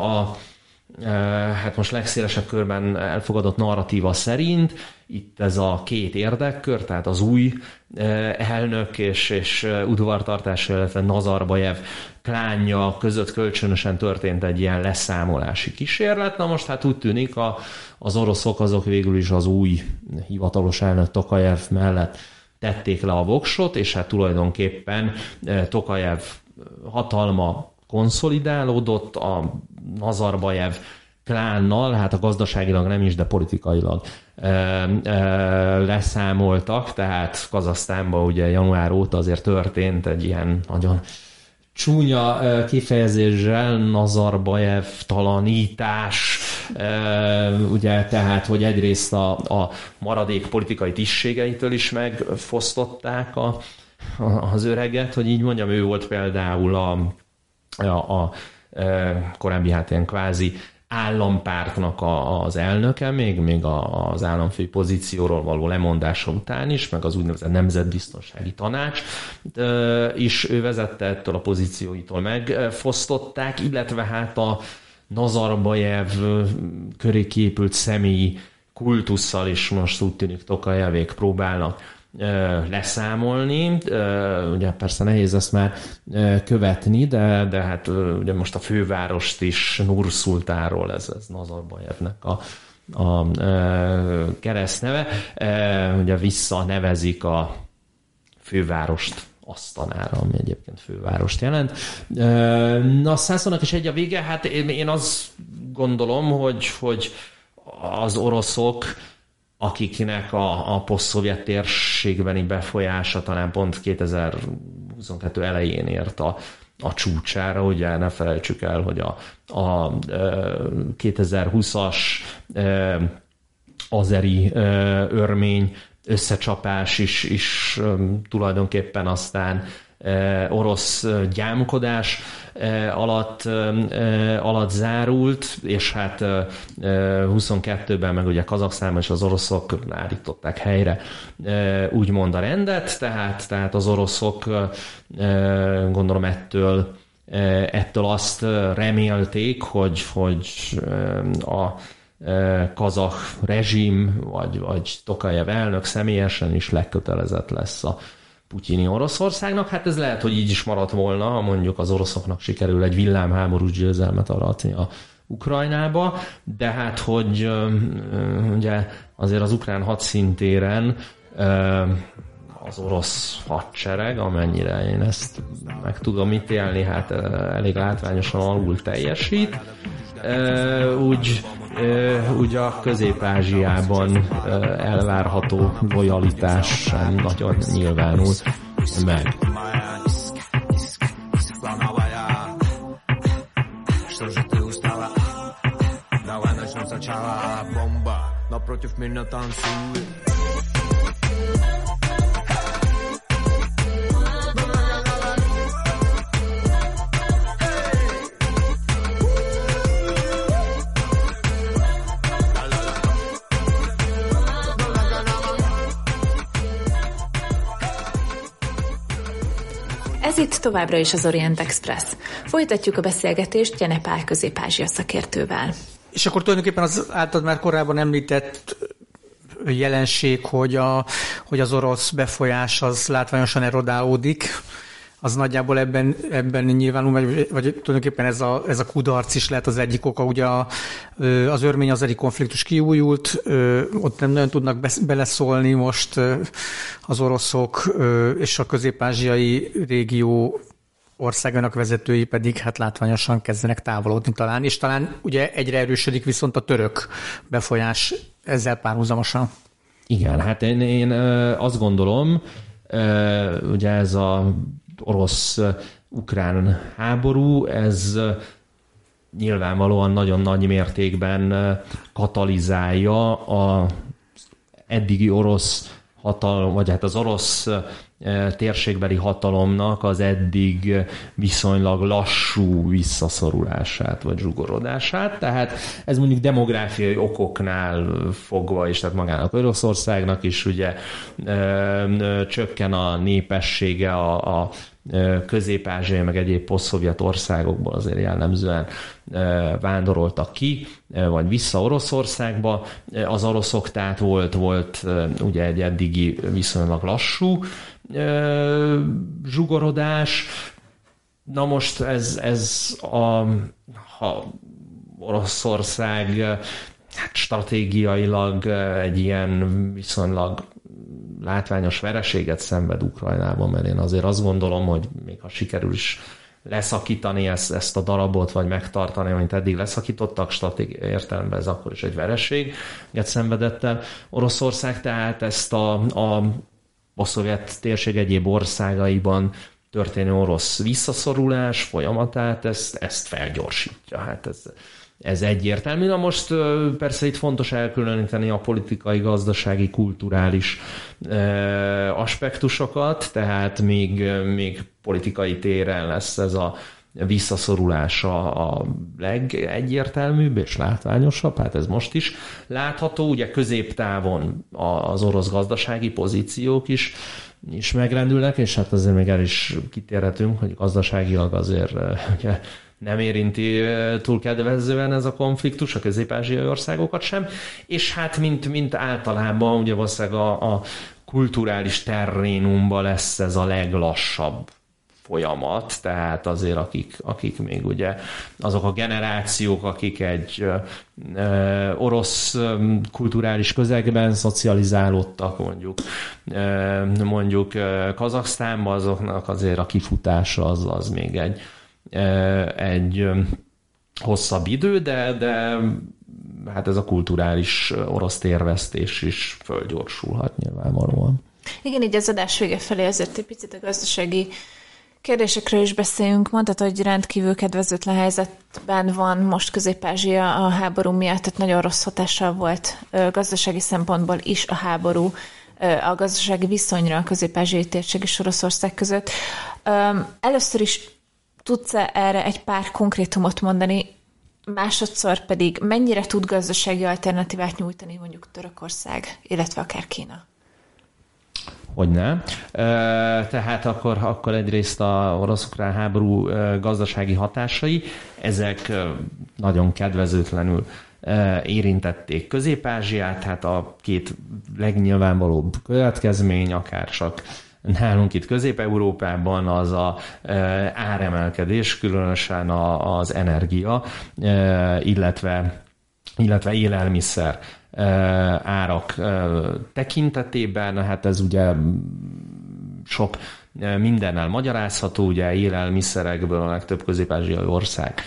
Speaker 2: hát most legszélesebb körben elfogadott narratíva szerint itt ez a 2 érdekkör, tehát az új elnök és udvartartása, illetve Nazarbajev klánja között kölcsönösen történt egy ilyen leszámolási kísérlet. Na most hát úgy tűnik az oroszok azok végül is az új hivatalos elnök Tokajev mellett tették le a voksot, és hát tulajdonképpen Tokajev hatalma konszolidálódott, a Nazarbajev klánnal, hát a gazdaságilag nem is, de politikailag leszámoltak, tehát Kazahsztánban ugye január óta azért történt egy ilyen nagyon csúnya kifejezéssel Nazarbajev talanítás, ugye tehát, hogy egyrészt a maradék politikai tisztségeitől is megfosztották az öreget, hogy így mondjam, ő volt például a korábbi hát ilyen kvázi állampártnak az elnöke, még az államfői pozícióról való lemondása után is, meg az úgynevezett Nemzetbiztonsági Tanács is ő vezette, ettől a pozícióitól megfosztották, illetve hát a Nazarbajev köré kiépült személyi kultusszal is most úgy tűnik Tokajevék próbálnak leszámolni. Ugye persze nehéz ezt már követni, de hát ugye most a fővárost is Nur-Szultánról, ez Nazarbajevnek a keresztneve, ugye visszanevezik a fővárost Asztanára, ami egyébként fővárost jelent. Na, 100-nak is egy a vége, hát én azt gondolom, hogy az oroszok, akiknek a posztszovjet térségbeni befolyása talán pont 2022 elején ért a csúcsára, ugye ne felejtsük el, hogy a 2020-as azeri örmény összecsapás is tulajdonképpen aztán orosz gyámkodás alatt zárult, és hát 22-ben meg ugye Kazaksztánban és az oroszok állították helyre úgymond a rendet, tehát az oroszok gondolom ettől azt remélték, hogy a kazah rezsim vagy Tokajev elnök személyesen is legkötelezett lesz a putyini Oroszországnak. Hát ez lehet, hogy így is maradt volna, ha mondjuk az oroszoknak sikerül egy villámháborús győzelmet aratni a Ukrajnába, de hát, hogy ugye azért az ukrán hadszintéren az orosz hadsereg, amennyire én ezt meg tudom ítélni, hát elég látványosan alul teljesít. Úgy a Közép-Ázsiában elvárható lojalitás sem nagyon nyilvánul meg.
Speaker 1: Ez itt továbbra is az Orient Express. Folytatjuk a beszélgetést Jene Pál közép-ázsia szakértővel.
Speaker 3: És akkor tulajdonképpen az általad már korábban említett jelenség, hogy az orosz befolyás az látványosan erodálódik, az nagyjából ebben nyilvánul, vagy tulajdonképpen ez a kudarc is lehet az egyik oka. Ugye az örmény-azeri konfliktus kiújult, ott nem nagyon tudnak beleszólni most az oroszok, és a közép-ázsiai régió országának vezetői pedig hát látványosan kezdenek távolodni talán, és talán ugye egyre erősödik viszont a török befolyás ezzel párhuzamosan.
Speaker 2: Igen, hát én azt gondolom, ugye ez a orosz-ukrán háború, ez nyilvánvalóan nagyon nagy mértékben katalizálja az eddigi orosz hatalom, vagy hát az orosz térségbeli hatalomnak az eddig viszonylag lassú visszaszorulását, vagy zsugorodását. Tehát ez mondjuk demográfiai okoknál fogva is, tehát magának Oroszországnak is ugye csökken a népessége a közép-ázsiai, meg egyéb posztszovjet országokból azért jellemzően vándoroltak ki, vagy vissza Oroszországba. Az oroszok, tehát volt ugye egy eddigi viszonylag lassú zsugorodás. Na most ha Oroszország hát stratégiailag egy ilyen viszonylag látványos vereséget szenved Ukrajnában, mert én azért azt gondolom, hogy még ha sikerül is leszakítani ezt a darabot, vagy megtartani, amit eddig leszakítottak, stratégiai értelemben ez akkor is egy vereséget szenvedett el Oroszország, tehát ezt a szovjet térség egyéb országaiban történő orosz visszaszorulás folyamatát, ezt felgyorsítja. Hát ez egyértelmű. Na most persze itt fontos elkülöníteni a politikai, gazdasági, kulturális aspektusokat, tehát még politikai téren lesz ez a visszaszorulása a legegyértelműbb és látványosabb, hát ez most is látható. Ugye középtávon az orosz gazdasági pozíciók is megrendülnek, és hát azért még el is kitérhetünk, hogy gazdaságilag azért ugye nem érinti túl kedvezően ez a konfliktus a közép-ázsiai országokat sem, és hát mint általában ugye valószínűleg a kulturális terrénumban lesz ez a leglassabb folyamat, tehát azért akik még ugye azok a generációk, akik egy orosz kulturális közegben szocializálódtak, mondjuk Kazaksztánban, azoknak azért a kifutása az még egy hosszabb idő, de hát ez a kulturális orosz térvesztés is fölgyorsulhat nyilvánvalóan.
Speaker 1: Igen, így az adás vége felé azért egy picit a gazdasági Kérdésekről is beszéljünk. Mondtad, hogy rendkívül kedvezőtlen helyzetben van most Közép-Ázsia a háború miatt, tehát nagyon rossz hatással volt gazdasági szempontból is a háború a gazdasági viszonyra a közép-ázsiai térség és Oroszország között. Először is tudsz erre egy pár konkrétumot mondani, másodszor pedig mennyire tud gazdasági alternatívát nyújtani mondjuk Törökország, illetve akár Kína?
Speaker 2: Hogyne. Tehát akkor egyrészt a orosz-ukrán háború gazdasági hatásai, ezek nagyon kedvezőtlenül érintették Közép-Ázsiát, tehát a két legnyilvánvalóbb következmény, akár csak nálunk itt Közép-Európában az a áremelkedés, különösen az energia, illetve élelmiszer árak tekintetében, hát ez ugye sok mindennel magyarázható, ugye élelmiszerekből a legtöbb közép-ázsiai ország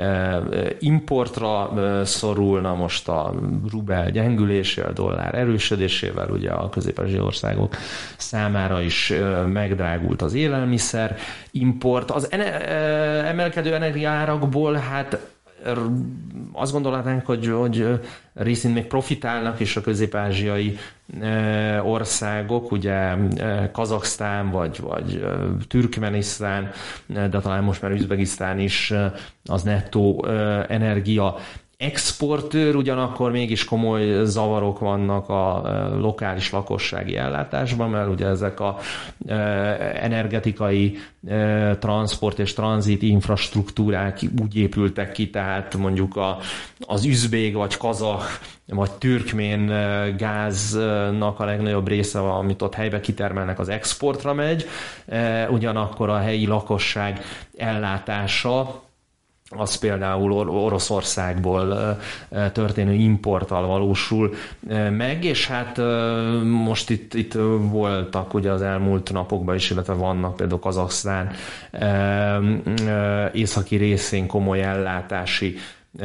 Speaker 2: importra szorulna, most a rubel gyengülésével, a dollár erősödésével, ugye a közép-ázsiai országok számára is megdrágult az élelmiszer import. Az emelkedő energiaárakból hát azt gondolhatnánk, hogy részint még profitálnak is a közép-ázsiai országok, ugye Kazaksztán vagy Türkmenisztán, de talán most már Üzbegisztán is az nettó energia exportőr, ugyanakkor mégis komoly zavarok vannak a lokális lakossági ellátásban, mert ugye ezek a energetikai transport és tranzit infrastruktúrák úgy épültek ki, tehát mondjuk az üzbég vagy kazah vagy türkmén gáznak a legnagyobb része, amit ott helybe kitermelnek, az exportra megy, ugyanakkor a helyi lakosság ellátása az például Oroszországból történő importtal valósul meg, és hát most itt voltak ugye az elmúlt napokban is, illetve vannak például Kazaksztán északi részén komoly ellátási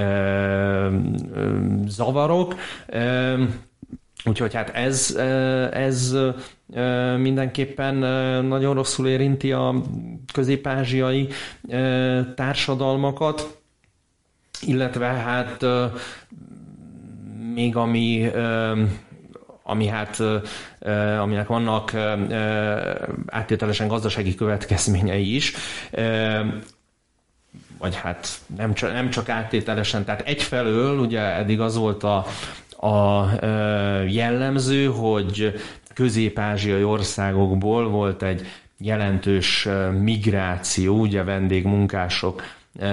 Speaker 2: zavarok. Úgyhogy hát ez mindenképpen nagyon rosszul érinti a közép-ázsiai társadalmakat, illetve hát még aminek vannak áttételesen gazdasági következményei is, vagy hát nem csak áttételesen, tehát egyfelől ugye eddig az volt a jellemző, hogy közép-ázsiai országokból volt egy jelentős migráció, ugye vendégmunkások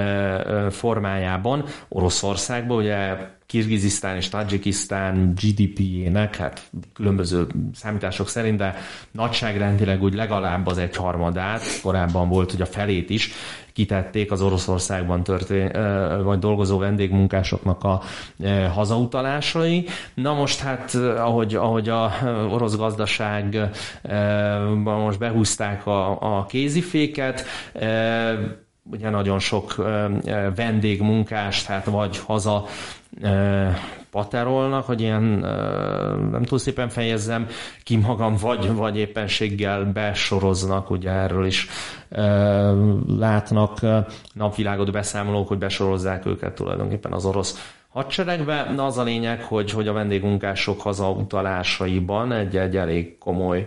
Speaker 2: formájában Oroszországba, ugye Kirgizisztán és Tadzsikisztán GDP-jének, hát különböző számítások szerint, de nagyságrendileg úgy legalább az egyharmadát, korábban volt, hogy a felét is kitették az Oroszországban vagy dolgozó vendégmunkásoknak a hazautalásai. Na most hát, ahogy a orosz gazdaságban most behúzták a kéziféket, ugye nagyon sok vendégmunkást, hát vagy haza paterolnak, hogy ilyen nem túl szépen fejezzem ki magam, vagy éppenséggel besoroznak, ugye erről is látnak napvilágot beszámolók, hogy besorozzák őket tulajdonképpen az orosz hadseregbe. Na az a lényeg, hogy a vendégmunkások hazautalásaiban egy elég komoly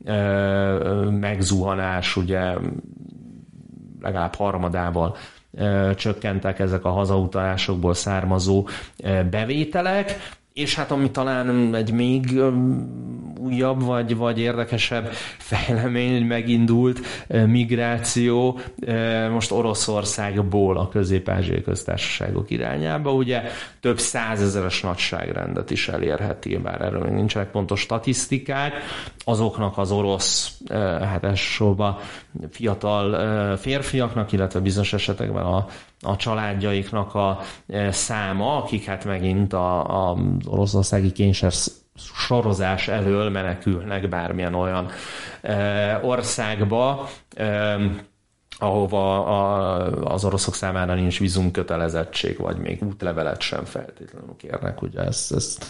Speaker 2: megzuhanás, ugye legalább harmadával csökkentek ezek a hazautalásokból származó bevételek, és hát ami talán egy még újabb vagy érdekesebb fejlemény, hogy megindult migráció most Oroszországból a közép-ázsiai köztársaságok irányába, ugye több százezeres nagyságrendet is elérheti, bár erről még nincsenek pontos statisztikák, azoknak az orosz, hát elsősorban fiatal férfiaknak, illetve bizonyos esetekben a családjaiknak a száma, akik hát megint az oroszországi kényszer sorozás elől menekülnek bármilyen olyan országba, ahova az oroszok számára nincs vízumkötelezettség, vagy még útlevelet sem feltétlenül kérnek. Ugye ezt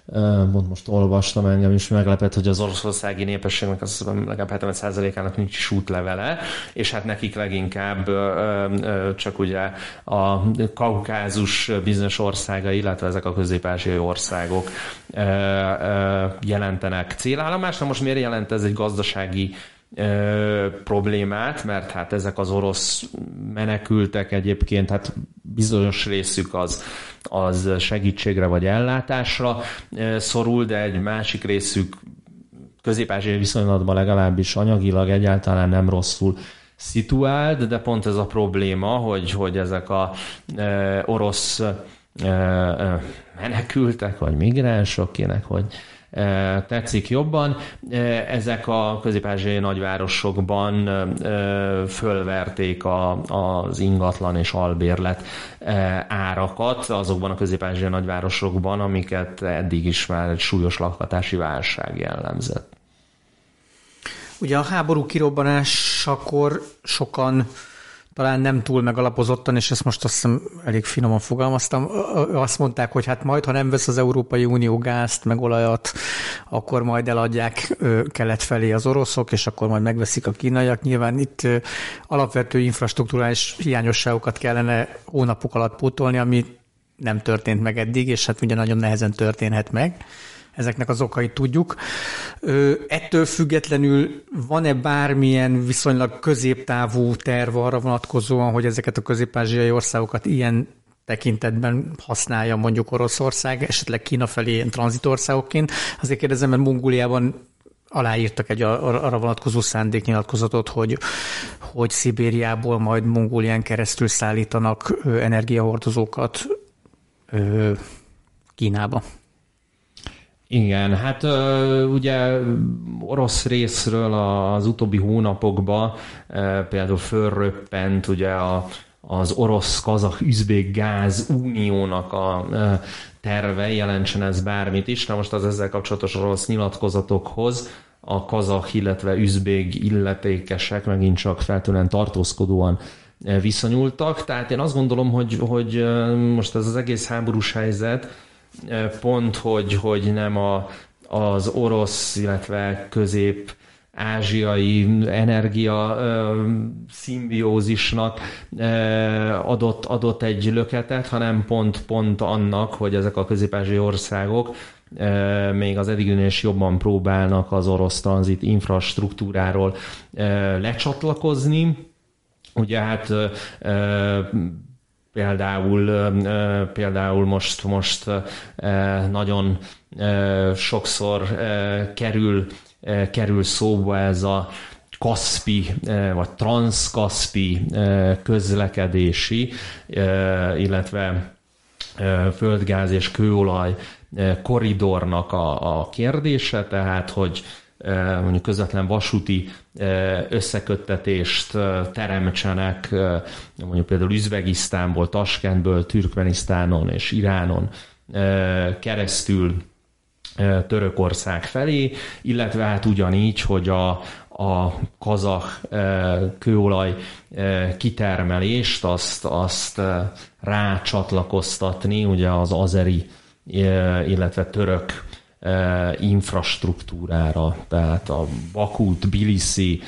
Speaker 2: most olvastam, engem is meglepett, hogy az oroszországi népességnek az legalább 70%-ának nincs is útlevele, és hát nekik leginkább csak ugye a Kaukázus bizonyos országai, illetve ezek a közép-ázsiai országok jelentenek célállomást. Na most miért jelent ez egy gazdasági problémát, mert hát ezek az orosz menekültek egyébként, hát bizonyos részük az segítségre vagy ellátásra szorul, de egy másik részük közép-ázsiai viszonylatban legalábbis anyagilag egyáltalán nem rosszul szituált, de pont ez a probléma, hogy ezek a orosz menekültek, vagy migránsok, kinek, hogy tetszik jobban. Ezek a közép-ázsiai nagyvárosokban fölverték az ingatlan és albérlet árakat azokban a közép-ázsiai nagyvárosokban, amiket eddig is már egy súlyos lakhatási válság jellemzett.
Speaker 3: Ugye a háború kirobbanásakor sokan talán nem túl megalapozottan, és ezt most azt hiszem elég finoman fogalmaztam, azt mondták, hogy hát majd, ha nem vesz az Európai Unió gázt, meg olajat, akkor majd eladják kelet felé az oroszok, és akkor majd megveszik a kínaiak. Nyilván itt alapvető infrastrukturális hiányosságokat kellene hónapok alatt pótolni, ami nem történt meg eddig, és hát ugye nagyon nehezen történhet meg. Ezeknek az okait tudjuk. Ettől függetlenül van-e bármilyen viszonylag középtávú terv arra vonatkozóan, hogy ezeket a közép-ázsiai országokat ilyen tekintetben használja mondjuk Oroszország, esetleg Kína felé ilyen tranzitországokként? Azért kérdezem, mert Mongóliában aláírtak egy arra vonatkozó szándéknyilatkozatot, hogy Szibériából majd Mongólián keresztül szállítanak energiahordozókat Kínába.
Speaker 2: Igen, hát ugye orosz részről az utóbbi hónapokban például fölröppent ugye az orosz-kazah-üzbék gáz uniónak a terve, jelentsen ez bármit is. Na most az ezzel kapcsolatos orosz nyilatkozatokhoz a kazah, illetve üzbék illetékesek megint csak feltűnően tartózkodóan viszonyultak. Tehát én azt gondolom, hogy most ez az egész háborús helyzet pont, hogy nem az orosz, illetve közép-ázsiai energia szimbiózisnak adott egy löketet, hanem pont annak, hogy ezek a közép-ázsiai országok még az eddignél is jobban próbálnak az orosz tranzit infrastruktúráról lecsatlakozni. Ugye hát Például most nagyon sokszor kerül szóba ez a kaszpi vagy transzkaszpi közlekedési, illetve földgáz és kőolaj korridornak a kérdése, tehát hogy mondjuk közvetlen vasúti összeköttetést teremtsenek, mondjuk például Üzbegisztánból, Taskentből, Türkmenisztánon és Iránon keresztül Törökország felé, illetve hát ugyanígy, hogy a kazah kőolaj kitermelést azt rácsatlakoztatni ugye az azeri, illetve török infrastruktúrára, tehát a Baku, Tbilisi,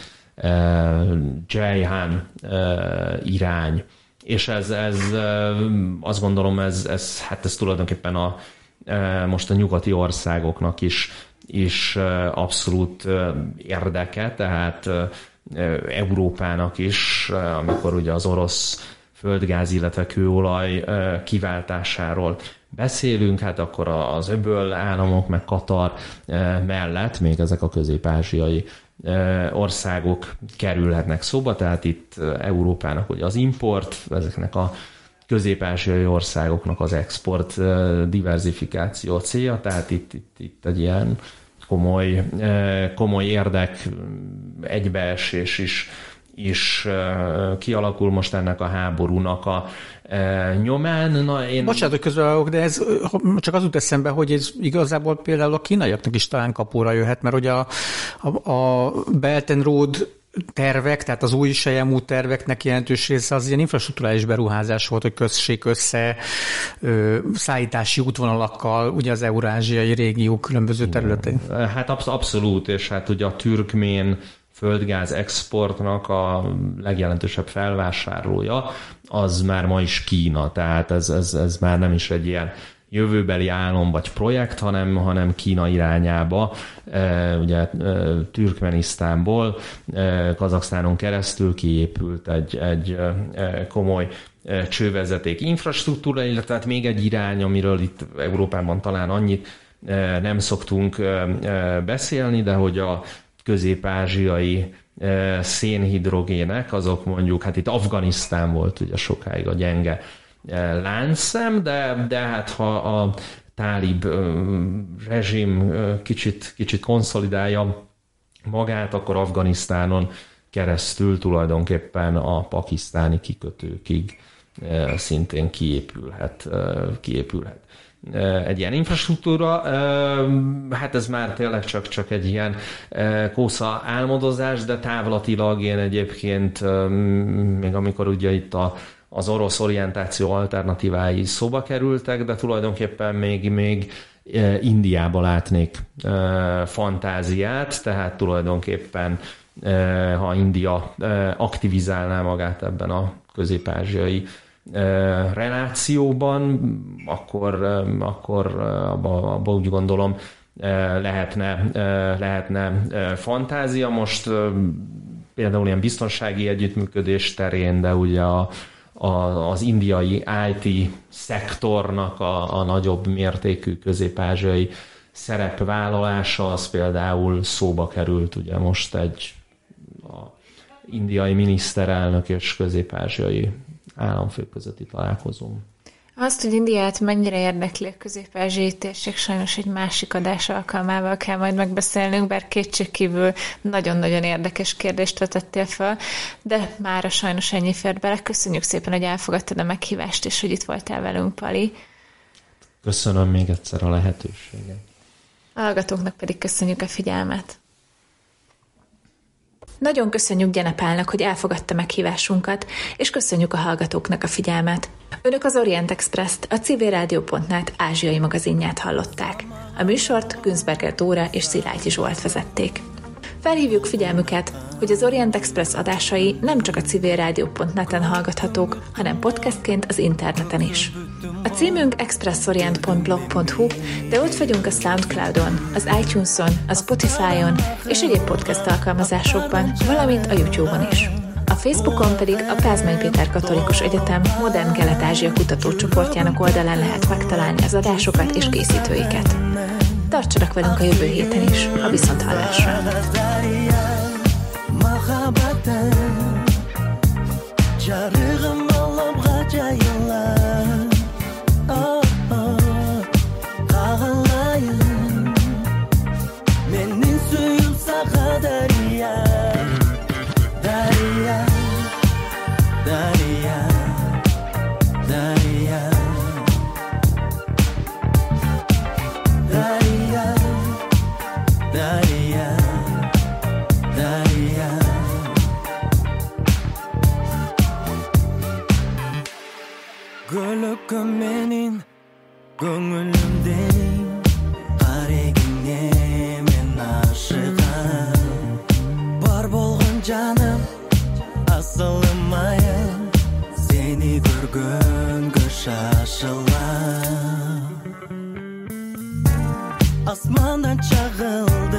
Speaker 2: Ceyhan irány. És ez azt gondolom, ez tulajdonképpen most a nyugati országoknak is abszolút érdeke, tehát Európának is, amikor ugye az orosz földgáz, illetve kőolaj kiváltásáról beszélünk, hát akkor az öböl államok, meg Katar mellett még ezek a közép-ázsiai országok kerülhetnek szóba, tehát itt Európának ugye az import, ezeknek a közép-ázsiai országoknak az export diverzifikáció célja, tehát itt egy ilyen komoly érdek egybeesés is kialakul most ennek a háborúnak a nyomán.
Speaker 3: Bocsánat, hogy közbevágok, de ez csak az jut eszembe, hogy ez igazából például a kínaiaknak is talán kapóra jöhet, mert ugye a Belt and Road tervek, tehát az új selyemút terveknek jelentős része az ilyen infrastrukturális beruházás volt, hogy kössék össze szállítási útvonalakkal ugye az eurázsiai régió különböző területein.
Speaker 2: Hát abszolút, és hát ugye a türkmén földgáz exportnak a legjelentősebb felvásárlója az már ma is Kína, tehát ez már nem is egy ilyen jövőbeli álom vagy projekt, hanem Kína irányába, ugye Türkmenisztánból, Kazaksztánon keresztül kiépült egy komoly csővezeték infrastruktúra, illetve hát még egy irány, amiről itt Európában talán annyit nem szoktunk beszélni, de hogy a közép-ázsiai szénhidrogének, azok mondjuk, hát itt Afganisztán volt ugye sokáig a gyenge láncszem, de hát ha a tálib rezsim kicsit konszolidálja magát, akkor Afganisztánon keresztül tulajdonképpen a pakisztáni kikötőkig szintén kiépülhet egy ilyen infrastruktúra. Hát ez már tényleg csak egy ilyen kósza álmodozás, de távlatilag én egyébként, még amikor ugye itt az orosz orientáció alternatívái szóba kerültek, de tulajdonképpen még Indiába látnék fantáziát, tehát tulajdonképpen ha India aktivizálná magát ebben a közép-ázsiai relációban, akkor abban úgy gondolom lehetne fantázia. Most például ilyen biztonsági együttműködés terén, de ugye az indiai IT szektornak a nagyobb mértékű közép-ázsiai szerepvállalása az például szóba került ugye most egy indiai miniszterelnök és közép-ázsiai államfő közötti találkozón.
Speaker 1: Azt, hogy Indiát mennyire érdekli a közép-ázsiai térség, sajnos egy másik adás alkalmával kell majd megbeszélnünk, bár kétségkívül nagyon-nagyon érdekes kérdést vetettél fel, de mára sajnos ennyi fért bele. Köszönjük szépen, hogy elfogadtad a meghívást, és hogy itt voltál velünk, Pali.
Speaker 2: Köszönöm még egyszer a lehetőséget.
Speaker 1: A hallgatóknak pedig köszönjük a figyelmet. Nagyon köszönjük Gyenepálnak, hogy elfogadta meghívásunkat, és köszönjük a hallgatóknak a figyelmet. Önök az Orient Express-t, a civilradio.net ázsiai magazinját hallották. A műsort Günzberger Dóra és Szilágyi Zsolt vezették. Felhívjuk figyelmüket, hogy az Orient Express adásai nem csak a civilradio.net-en hallgathatók, hanem podcastként az interneten is. A címünk expressorient.blog.hu, de ott vagyunk a Soundcloudon, az iTunes-on, a Spotify-on és egyéb podcast alkalmazásokban, valamint a YouTube-on is. A Facebookon pedig a Pázmány Péter Katolikus Egyetem Modern Kelet-Ázsia kutatócsoportjának oldalán lehet megtalálni az adásokat és készítőiket. Tartsanak velünk a jövő héten is, a viszonthallásra!
Speaker 4: Menin көңілімден қарегіңе мен ашығам бар болған жаным асылымайым сені көргенге шашылам асманнан шағыл